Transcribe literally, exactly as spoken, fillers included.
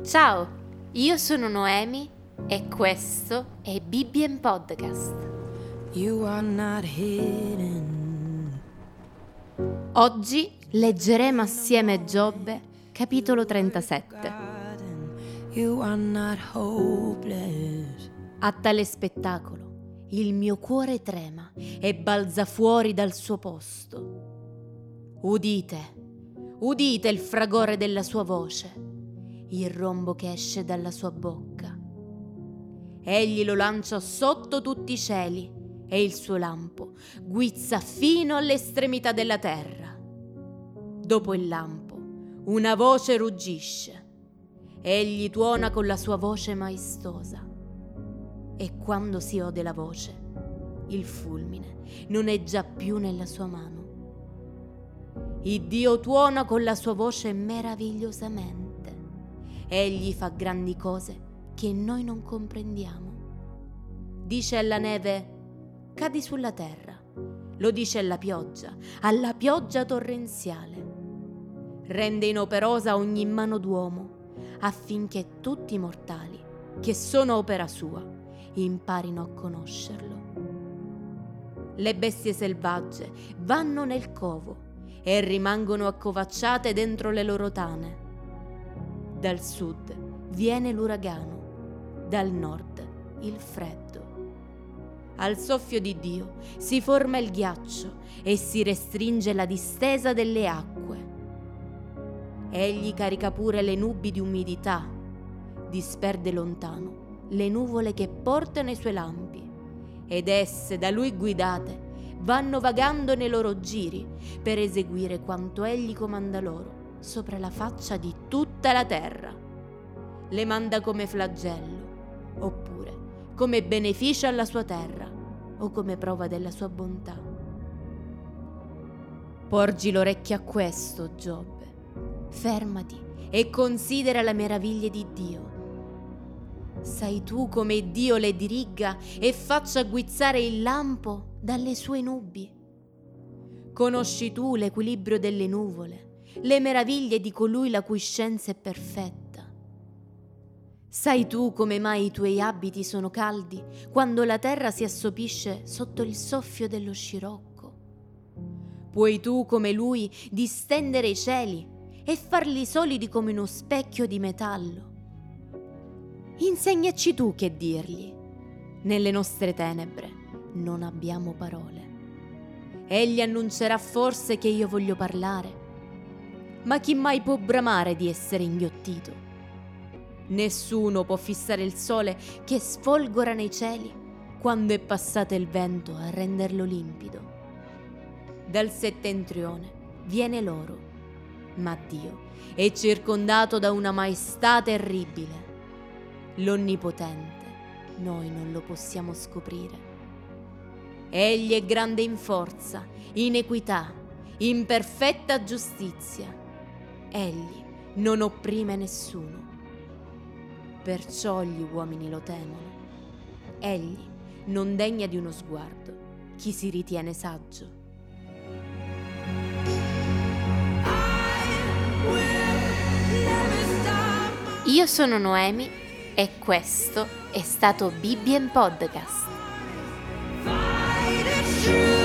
Ciao, io sono Noemi e questo è Bibbien Podcast. You are not hidden. Oggi leggeremo assieme Giobbe, capitolo trentasette. You are not hopeless. A tale spettacolo il mio cuore trema e balza fuori dal suo posto. Udite, udite il fragore della sua voce, il rombo che esce dalla sua bocca. Egli lo lancia sotto tutti i cieli e il suo lampo guizza fino all'estremità della terra. Dopo il lampo una voce ruggisce. Egli tuona con la sua voce maestosa. E quando si ode la voce, il fulmine non è già più nella sua mano. Il Dio tuona con la sua voce meravigliosamente. Egli fa grandi cose che noi non comprendiamo. Dice alla neve: cadi sulla terra. Lo dice alla pioggia, alla pioggia torrenziale. Rende inoperosa ogni mano d'uomo, affinché tutti i mortali, che sono opera sua, imparino a conoscerlo. Le bestie selvagge vanno nel covo e rimangono accovacciate dentro le loro tane. Dal sud viene l'uragano, dal nord il freddo. Al soffio di Dio si forma il ghiaccio e si restringe la distesa delle acque. Egli carica pure le nubi di umidità, disperde lontano le nuvole che portano i suoi lampi, ed esse, da lui guidate, vanno vagando nei loro giri per eseguire quanto egli comanda loro sopra la faccia di tutta la terra. Le manda come flagello, oppure come beneficio alla sua terra, o come prova della sua bontà. Porgi l'orecchio a questo, Giobbe. Fermati e considera le meraviglie di Dio. Sai tu come Dio le dirigga e faccia guizzare il lampo dalle sue nubi? Conosci tu l'equilibrio delle nuvole, le meraviglie di colui la cui scienza è perfetta? Sai tu come mai i tuoi abiti sono caldi quando la terra si assopisce sotto il soffio dello scirocco? Puoi tu come lui distendere i cieli e farli solidi come uno specchio di metallo? Insegnaci tu che dirgli. Nelle nostre tenebre non abbiamo parole. Egli annuncerà forse che io voglio parlare? Ma chi mai può bramare di essere inghiottito? Nessuno può fissare il sole che sfolgora nei cieli quando è passato il vento a renderlo limpido. Dal settentrione viene l'oro, ma Dio è circondato da una maestà terribile. L'Onnipotente noi non lo possiamo scoprire. Egli è grande in forza, in equità, in perfetta giustizia. Egli non opprime nessuno. Perciò gli uomini lo temono. Egli non degna di uno sguardo chi si ritiene saggio. Io sono Noemi e questo è stato Bibbien Podcast.